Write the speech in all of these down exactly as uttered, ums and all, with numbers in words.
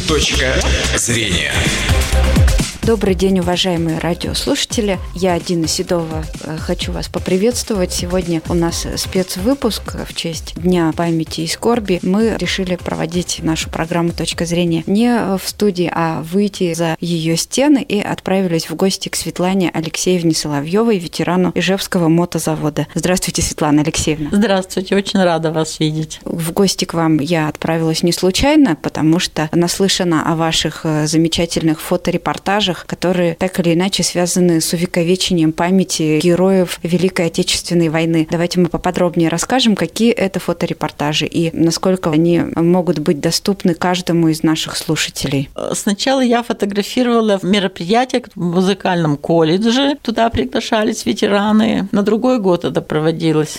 Точка зрения. Добрый день, уважаемые радиослушатели. Я, Дина Седова, хочу вас поприветствовать. Сегодня у нас спецвыпуск в честь Дня памяти и скорби. Мы решили проводить нашу программу «Точка зрения» не в студии, а выйти за ее стены и отправились в гости к Светлане Алексеевне Соловьевой, ветерану Ижевского мотозавода. Здравствуйте, Светлана Алексеевна. Здравствуйте, очень рада вас видеть. В гости к вам я отправилась не случайно, потому что наслышана о ваших замечательных фоторепортажах, которые так или иначе связаны с увековечением памяти героев Великой Отечественной войны. Давайте мы поподробнее расскажем, какие это фоторепортажи и насколько они могут быть доступны каждому из наших слушателей. Сначала я фотографировала мероприятие в музыкальном колледже. Туда приглашались ветераны. На другой год это проводилось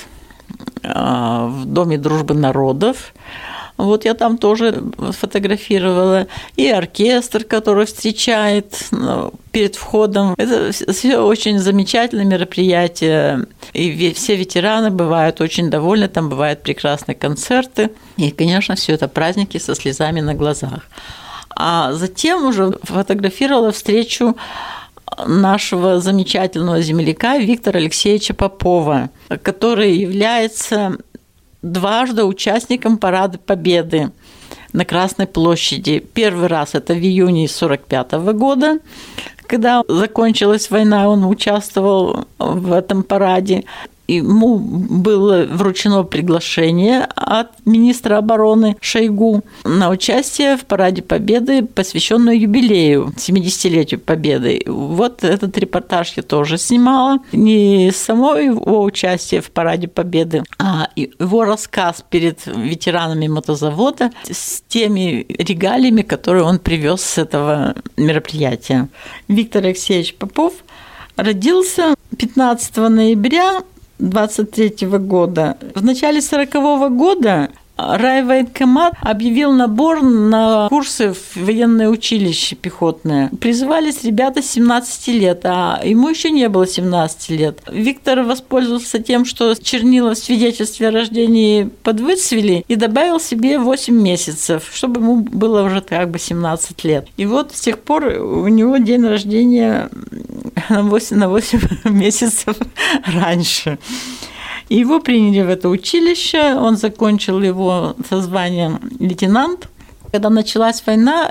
в Доме дружбы народов. Вот я там тоже фотографировала. И оркестр, который встречает перед входом. Это все очень замечательное мероприятие. И все ветераны бывают очень довольны. Там бывают прекрасные концерты. И, конечно, все это праздники со слезами на глазах. А затем уже фотографировала встречу нашего замечательного земляка Виктора Алексеевича Попова, который является дважды участником Парада Победы на Красной площади. Первый раз это в июне сорок пятого года, когда закончилась война, он участвовал в этом параде. Ему было вручено приглашение от министра обороны Шойгу на участие в Параде Победы, посвященную юбилею, семидесятилетию Победы. Вот этот репортаж я тоже снимала. Не само его участие в Параде Победы, а его рассказ перед ветеранами мотозавода с теми регалиями, которые он привез с этого мероприятия. Виктор Алексеевич Попов родился пятнадцатого ноября двадцать третьего года. В начале сорокового года райвоенкомат объявил набор на курсы в военное училище пехотное. Призывались ребята с семнадцати лет, а ему еще не было семнадцати лет. Виктор воспользовался тем, что чернила в свидетельстве о рождении подвыцвели, и добавил себе восемь месяцев, чтобы ему было уже как бы семнадцать лет. И вот с тех пор у него день рождения на восемь, на восемь месяцев раньше. Его приняли в это училище, он закончил его со званием лейтенант. Когда началась война,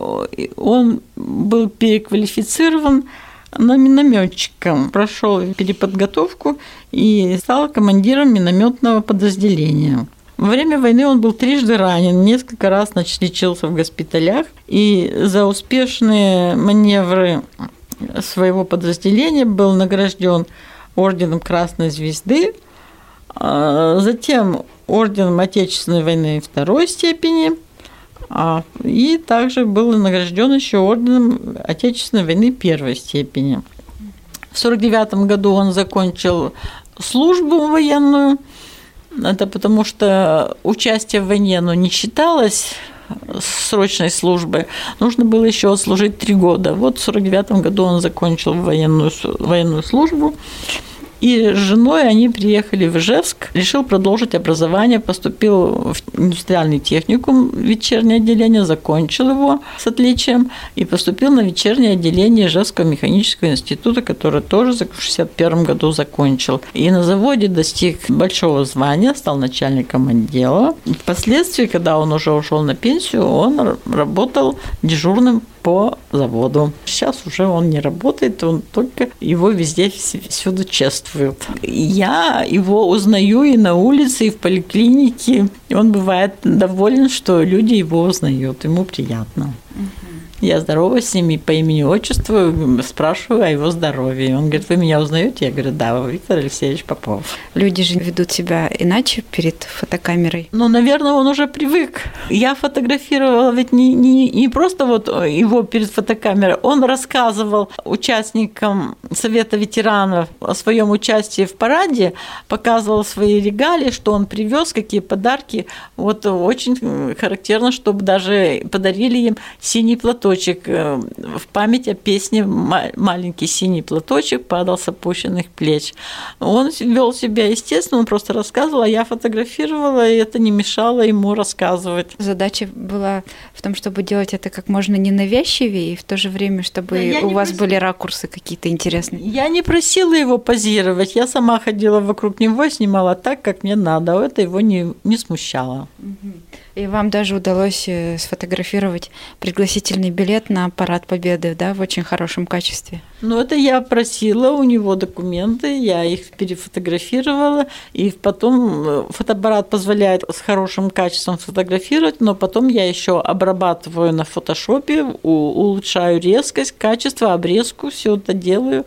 он был переквалифицирован на миномётчика, прошел переподготовку и стал командиром минометного подразделения. Во время войны он был трижды ранен, несколько раз лечился в госпиталях, и за успешные маневры своего подразделения был награжден орденом Красной Звезды, затем орденом Отечественной войны второй степени, и также был награжден еще орденом Отечественной войны первой степени. В сорок девятом году он закончил службу военную, это потому что участие в войне оно не считалось срочной службы, нужно было еще отслужить три года. Вот в сорок девятом году он закончил военную, военную службу. И с женой они приехали в Ижевск, решил продолжить образование, поступил в индустриальный техникум, вечернее отделение, закончил его с отличием и поступил на вечернее отделение Ижевского механического института, который тоже в шестьдесят первом году закончил. И на заводе достиг большого звания, стал начальником отдела. Впоследствии, когда он уже ушел на пенсию, он работал дежурным по заводу. Сейчас уже он не работает, он только его везде всюду чествуют. Я его узнаю и на улице, и в поликлинике. И он бывает доволен, что люди его узнают. Ему приятно. Я здороваюсь с ними по имени-отчеству, спрашиваю о его здоровье. Он говорит: вы меня узнаете? Я говорю: да, Виктор Алексеевич Попов. Люди же ведут себя иначе перед фотокамерой. Ну, наверное, он уже привык. Я фотографировала ведь не, не, не просто вот его перед фотокамерой, он рассказывал участникам Совета ветеранов о своем участии в параде, показывал свои регалии, что он привез, какие подарки. Вот очень характерно, чтобы даже подарили им синий платочек в память о песне «Маленький синий платочек падал с опущенных плеч». Он вел себя естественно, он просто рассказывал, а я фотографировала, и это не мешало ему рассказывать. Задача была в том, чтобы делать это как можно ненавязчивее, и в то же время, чтобы я у вас прос... были ракурсы какие-то интересные. Я не просила его позировать, я сама ходила вокруг него и снимала так, как мне надо, а это его не, не смущало. И вам даже удалось сфотографировать пригласительный билет на Парад Победы, да, в очень хорошем качестве. Ну, это я просила у него документы, я их перефотографировала, и потом фотоаппарат позволяет с хорошим качеством фотографировать, но потом я еще обрабатываю на фотошопе, улучшаю резкость, качество, обрезку, все это делаю.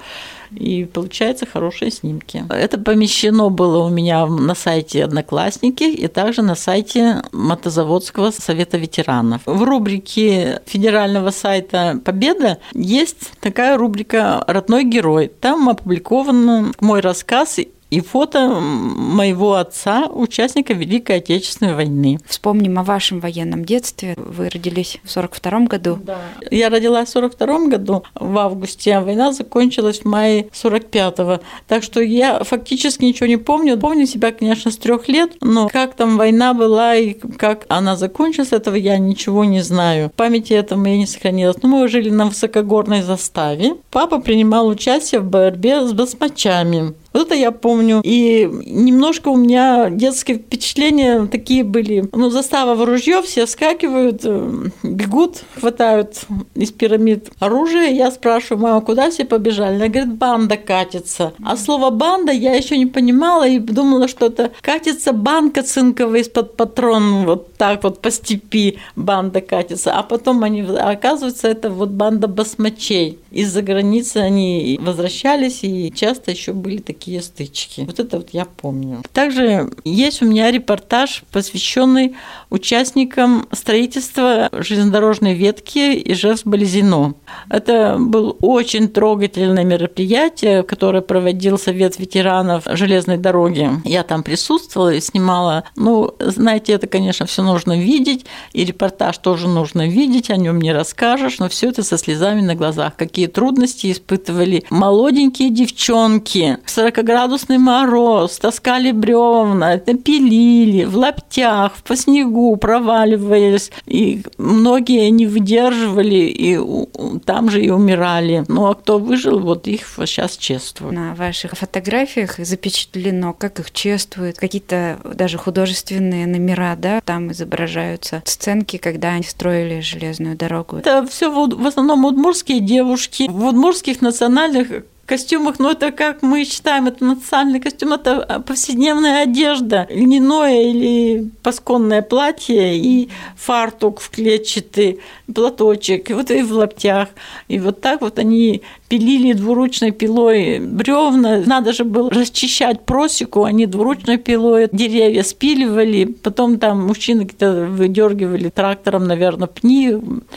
И получаются хорошие снимки. Это помещено было у меня на сайте «Одноклассники» и также на сайте Мотозаводского совета ветеранов. В рубрике федерального сайта «Победа» есть такая рубрика «Родной герой». Там опубликован мой рассказ и фото моего отца, участника Великой Отечественной войны. Вспомним о вашем военном детстве. Вы родились в сорок втором году. Да. Я родилась в сорок втором году в августе, а война закончилась в мае сорок пятого. Так что я фактически ничего не помню. Помню себя, конечно, с трех лет, но как там война была и как она закончилась, этого я ничего не знаю. В памяти этого я не сохранилась. Но мы жили на высокогорной заставе. Папа принимал участие в борьбе с басмачами. Вот это я помню. И немножко у меня детские впечатления такие были. Ну, застава в ружье, все вскакивают, бегут, хватают из пирамид оружие. Я спрашиваю: мама, куда все побежали? Она говорит: банда катится. А слово банда я еще не понимала и думала, что это катится банка цинковая из-под патрон. Вот так вот по степи банда катится. А потом они, оказывается, это вот банда басмачей. Из-за границы они возвращались, и часто еще были такие такие стычки. Вот это вот я помню. Также есть у меня репортаж, посвященный участникам строительства железнодорожной ветки Ижевск-Болезино. Это было очень трогательное мероприятие, которое проводил Совет ветеранов железной дороги. Я там присутствовала и снимала. Ну, знаете, это, конечно, все нужно видеть, и репортаж тоже нужно видеть, о нем не расскажешь, но все это со слезами на глазах. Какие трудности испытывали молоденькие девчонки. сорокаградусный мороз, таскали бревна, пилили в лаптях, по снегу проваливались, и многие не выдерживали, и там же и умирали. Ну, а кто выжил, вот их сейчас чествуют. На ваших фотографиях запечатлено, как их чествуют, какие-то даже художественные номера, да, там изображаются сценки, когда они строили железную дорогу. Это все в основном удмуртские девушки, в удмуртских национальных костюмах, но это, как мы считаем, это национальный костюм, это повседневная одежда, льняное или пасконное платье и фартук в клетчатый, платочек, и вот и в лаптях. И вот так вот они пилили двуручной пилой бревна. Надо же было расчищать просеку, они двуручной пилой деревья спиливали, потом там мужчины где-то выдергивали трактором, наверное, пни.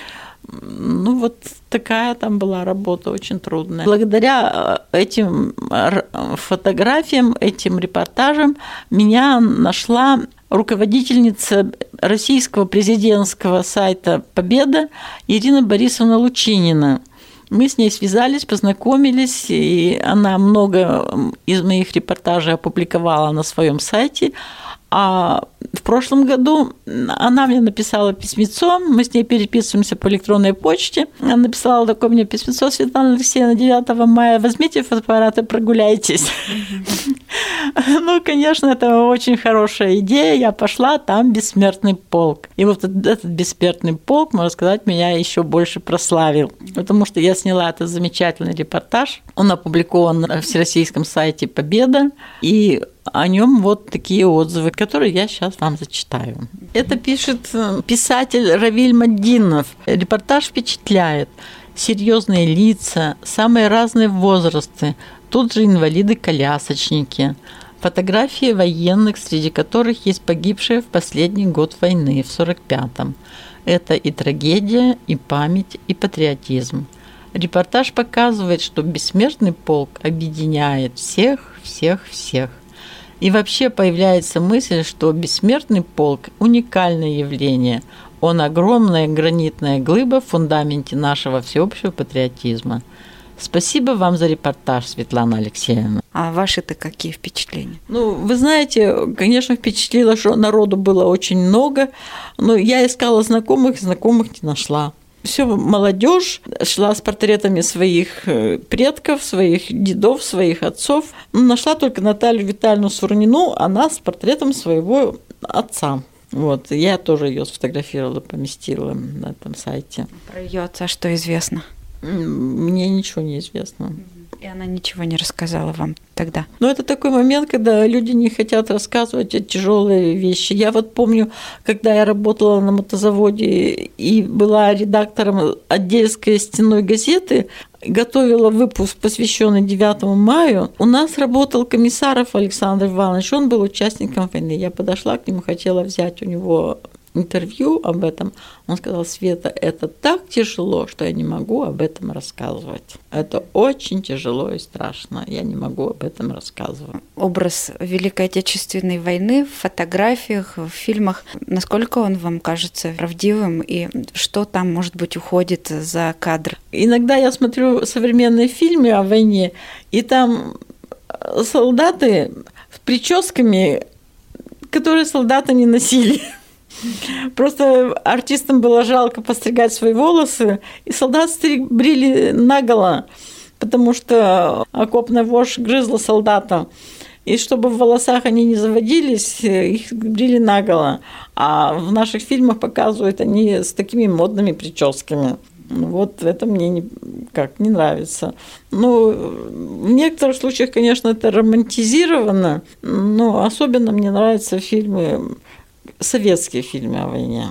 Ну, вот такая там была работа очень трудная. Благодаря этим фотографиям, этим репортажам меня нашла руководительница российского президентского сайта «Победа» Ирина Борисовна Лучинина. Мы с ней связались, познакомились, и она много из моих репортажей опубликовала на своем сайте. А в прошлом году она мне написала письмецо, мы с ней переписываемся по электронной почте. Она написала такое мне письмецо: Светлана Алексеевна, девятого мая возьмите фотоаппарат и прогуляйтесь. Ну, конечно, это очень хорошая идея. Я пошла, там бессмертный полк. И вот этот бессмертный полк, можно сказать, меня еще больше прославил, потому что я сняла этот замечательный репортаж. Он опубликован на всероссийском сайте «Победа», и о нем вот такие отзывы, которые я сейчас вам зачитаю. Это пишет писатель Равиль Маддинов. Репортаж впечатляет. Серьезные лица, самые разные возрасты. Тут же инвалиды-колясочники. Фотографии военных, среди которых есть погибшие в последний год войны, в сорок пятом. Это и трагедия, и память, и патриотизм. Репортаж показывает, что бессмертный полк объединяет всех, всех, всех. И вообще появляется мысль, что бессмертный полк – уникальное явление. Он огромная гранитная глыба в фундаменте нашего всеобщего патриотизма. Спасибо вам за репортаж, Светлана Алексеевна. А ваши-то какие впечатления? Ну, вы знаете, конечно, впечатлило, что народу было очень много, но я искала знакомых, знакомых не нашла. Все молодежь шла с портретами своих предков, своих дедов, своих отцов. Нашла только Наталью Витальевну Сурнину, она с портретом своего отца. Вот, я тоже ее сфотографировала, поместила на этом сайте. Про ее отца что известно? Мне ничего не известно. И она ничего не рассказала вам тогда? Ну, это такой момент, когда люди не хотят рассказывать о тяжелые вещи. Я вот помню, когда я работала на мотозаводе и была редактором Одесской стенной газеты, готовила выпуск, посвященный девятому мая, у нас работал Комиссаров Александр Иванович, он был участником войны. Я подошла к нему, хотела взять у него интервью об этом. Он сказал: Света, это так тяжело, что я не могу об этом рассказывать. Это очень тяжело и страшно. Я не могу об этом рассказывать. Образ Великой Отечественной войны в фотографиях, в фильмах, насколько он вам кажется правдивым и что там, может быть, уходит за кадр? Иногда я смотрю современные фильмы о войне, и там солдаты с прическами, которые солдаты не носили. Просто артистам было жалко постригать свои волосы, и солдат стриг, брили наголо, потому что окопная вошь грызла солдата. И чтобы в волосах они не заводились, их брили наголо. А в наших фильмах показывают они с такими модными прическами. Вот это мне не, как, не нравится. Ну, в некоторых случаях, конечно, это романтизировано, но особенно мне нравятся фильмы, советские фильмы о войне.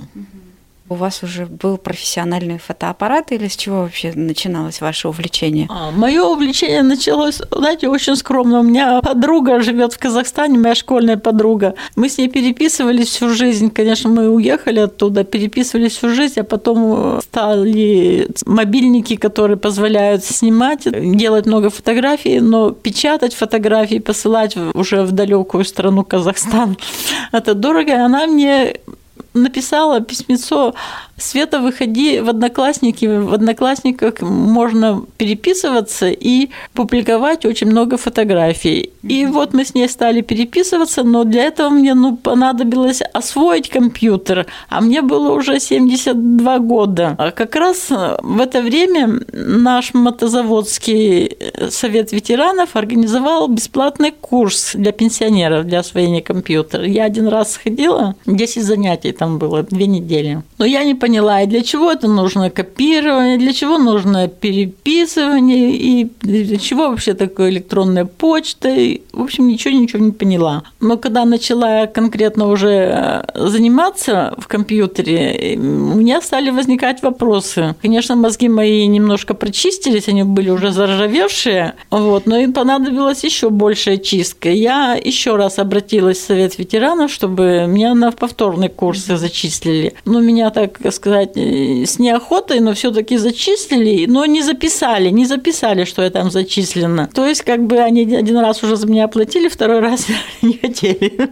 У вас уже был профессиональный фотоаппарат или с чего вообще начиналось ваше увлечение? А, мое увлечение началось, знаете, очень скромно. У меня подруга живет в Казахстане, моя школьная подруга. Мы с ней переписывались всю жизнь. Конечно, мы уехали оттуда, переписывались всю жизнь, а потом стали мобильники, которые позволяют снимать, делать много фотографий, но печатать фотографии, посылать уже в далекую страну Казахстан, это дорого. И она мне написала письмецо: Света, выходи в Одноклассники. В Одноклассниках можно переписываться и публиковать очень много фотографий. И вот мы с ней стали переписываться, но для этого мне ну, понадобилось освоить компьютер, а мне было уже семьдесят два года. А как раз в это время наш мотозаводский совет ветеранов организовал бесплатный курс для пенсионеров для освоения компьютера. Я один раз сходила, десять занятий там было, две недели. Но я не поняла, и для чего это нужно копирование, для чего нужно переписывание, и для чего вообще такое электронная почта. И, в общем, ничего, ничего не поняла. Но когда начала я конкретно уже заниматься в компьютере, у меня стали возникать вопросы. Конечно, мозги мои немножко прочистились, они были уже заржавевшие, вот, но им понадобилась еще большая чистка. Я еще раз обратилась в Совет ветеранов, чтобы меня на повторный курс зачислили. Но меня, так сказать, с неохотой, но все-таки зачислили, но не записали, не записали, что я там зачислена. То есть, как бы они один раз уже за меня оплатили, второй раз не хотели.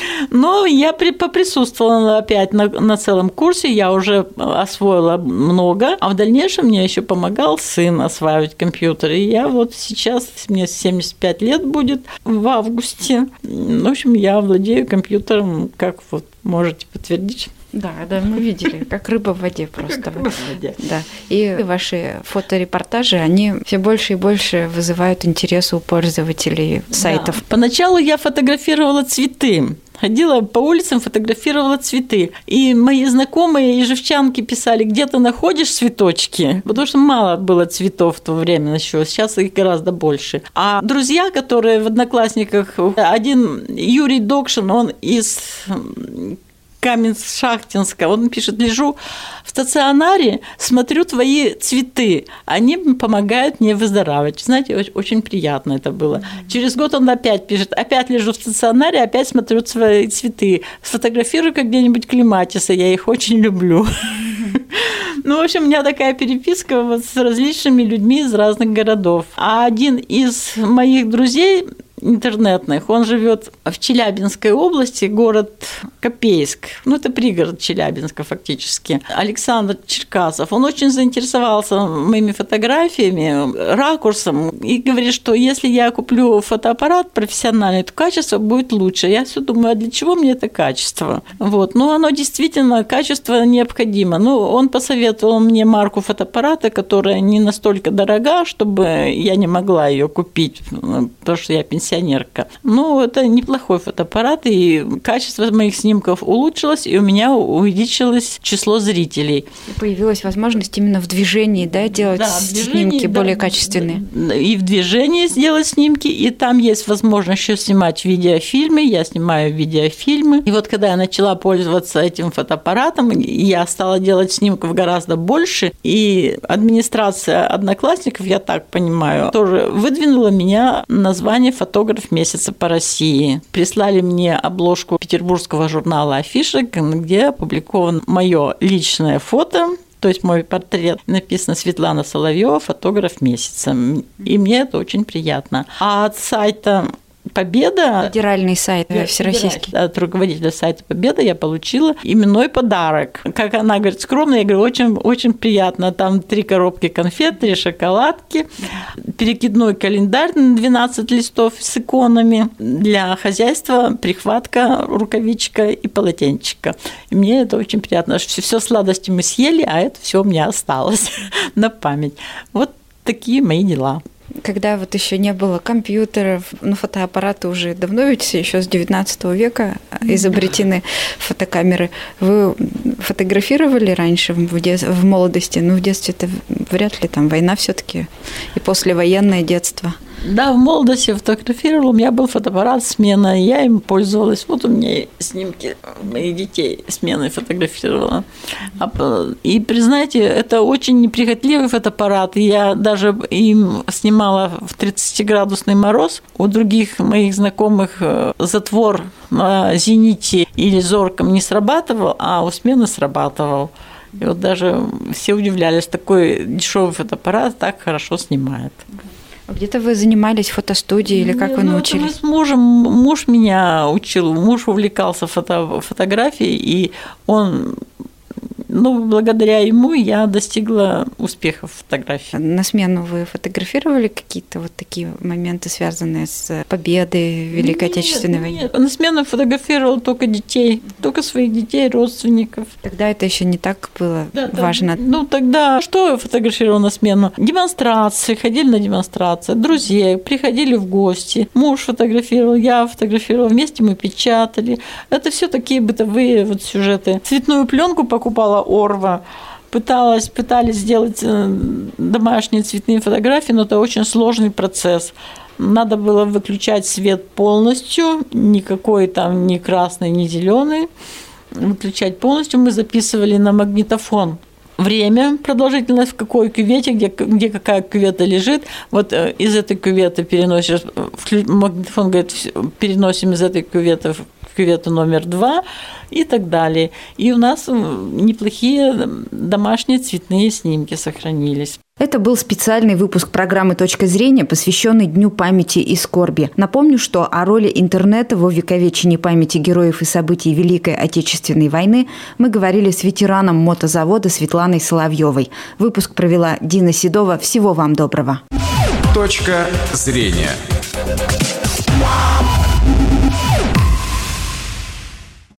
Но я поприсутствовала опять на, на целом курсе, я уже освоила много, а в дальнейшем мне еще помогал сын осваивать компьютер. И я вот сейчас, мне семьдесят пять лет будет в августе. В общем, я владею компьютером, как вот можете подтвердить. Да, да, мы видели, как рыба в воде просто. Как рыба в воде. Да. И ваши фоторепортажи, они все больше и больше вызывают интерес у пользователей сайтов. Да. Поначалу я фотографировала цветы. Ходила по улицам, фотографировала цветы. И мои знакомые ежевчанки писали: где ты находишь цветочки? Потому что мало было цветов в то время еще, сейчас их гораздо больше. А друзья, которые в Одноклассниках, один Юрий Докшин, он из Каменск-Шахтинска, он пишет: лежу в стационаре, смотрю твои цветы, они помогают мне выздоравливать. Знаете, очень приятно это было. Через год он опять пишет: опять лежу в стационаре, опять смотрю свои цветы, сфотографирую как где-нибудь клематисы, я их очень люблю. Ну, в общем, у меня такая переписка вот с различными людьми из разных городов. А один из моих друзей интернетных, он живет в Челябинской области, город Копейск, ну это пригород Челябинска фактически, Александр Черкасов, он очень заинтересовался моими фотографиями, ракурсом, и говорит, что если я куплю фотоаппарат профессиональный, то качество будет лучше. Я все думаю, а для чего мне это качество? Вот. Но оно действительно, качество необходимо. Ну, он посоветовал мне марку фотоаппарата, которая не настолько дорога, чтобы я не могла ее купить, потому что я пенсионерка. Ну, это неплохой фотоаппарат, и качество моих снимков улучшилось, и у меня увеличилось число зрителей. Появилась возможность именно в движении, да, делать да, снимки движении, более да, качественные. И в движении сделать снимки, и там есть возможность еще снимать видеофильмы, я снимаю видеофильмы. И вот когда я начала пользоваться этим фотоаппаратом, я стала делать снимков гораздо больше, и администрация Одноклассников, я так понимаю, тоже выдвинула меня на звание фотографа «Фотограф месяца по России». Прислали мне обложку петербургского журнала «Афиша», где опубликовано мое личное фото, то есть мой портрет. Написано «Светлана Соловьева, фотограф месяца». И мне это очень приятно. А от сайта «Победа», федеральный сайт всероссийский, от руководителя сайта «Победа» я получила именной подарок. Как она говорит, скромно, я говорю, очень, очень приятно. Там три коробки конфет, три шоколадки, перекидной календарь на двенадцать листов с иконами для хозяйства, прихватка, рукавичка и полотенчика. И мне это очень приятно. Все сладости мы съели, а это все у меня осталось на память. Вот такие мои дела. Когда вот еще не было компьютеров, ну, фотоаппараты уже давно, ведь еще с девятнадцатого века изобретены фотокамеры. Вы фотографировали раньше в, дет... в молодости? Ну, в детстве-то вряд ли, там война все-таки и послевоенное детство. Да, в молодости фотографировала, у меня был фотоаппарат смена, я им пользовалась. Вот у меня снимки моих детей сменой фотографировала. И, признайте, это очень неприхотливый фотоаппарат. Я даже им снимала в тридцатиградусный мороз. У других моих знакомых затвор на зените или зорком не срабатывал, а у смены срабатывал. И вот даже все удивлялись, такой дешевый фотоаппарат так хорошо снимает. Где-то вы занимались фотостудией или как Нет, вы научились? Мы с мужем, муж меня учил, муж увлекался фото, фотографией, и он, ну, благодаря ему я достигла успеха в фотографии. На смену вы фотографировали какие-то вот такие моменты, связанные с победой Великой нет, Отечественной войны? Нет, на смену фотографировала только детей, только своих детей, родственников. Тогда это еще не так было да, важно. Да, ну, тогда что я фотографировала на смену? Демонстрации, ходили на демонстрации, друзей, приходили в гости. Муж фотографировал, я фотографировала, вместе мы печатали. Это все такие бытовые вот сюжеты. Цветную пленку покупала Орва, пыталась, пытались сделать домашние цветные фотографии, но это очень сложный процесс. Надо было выключать свет полностью, никакой там ни красный, ни зеленый. Выключать полностью. Мы записывали на магнитофон время, продолжительность, в какой кювете, где, где какая кювета лежит. Вот из этой кюветы переносишь, магнитофон говорит, переносим из этой кюветы в кювету номер два и так далее. И у нас неплохие домашние цветные снимки сохранились. Это был специальный выпуск программы «Точка зрения», посвященный Дню памяти и скорби. Напомню, что о роли интернета в увековечении памяти героев и событий Великой Отечественной войны мы говорили с ветераном мотозавода Светланой Соловьевой. Выпуск провела Дина Седова. Всего вам доброго. «Точка зрения».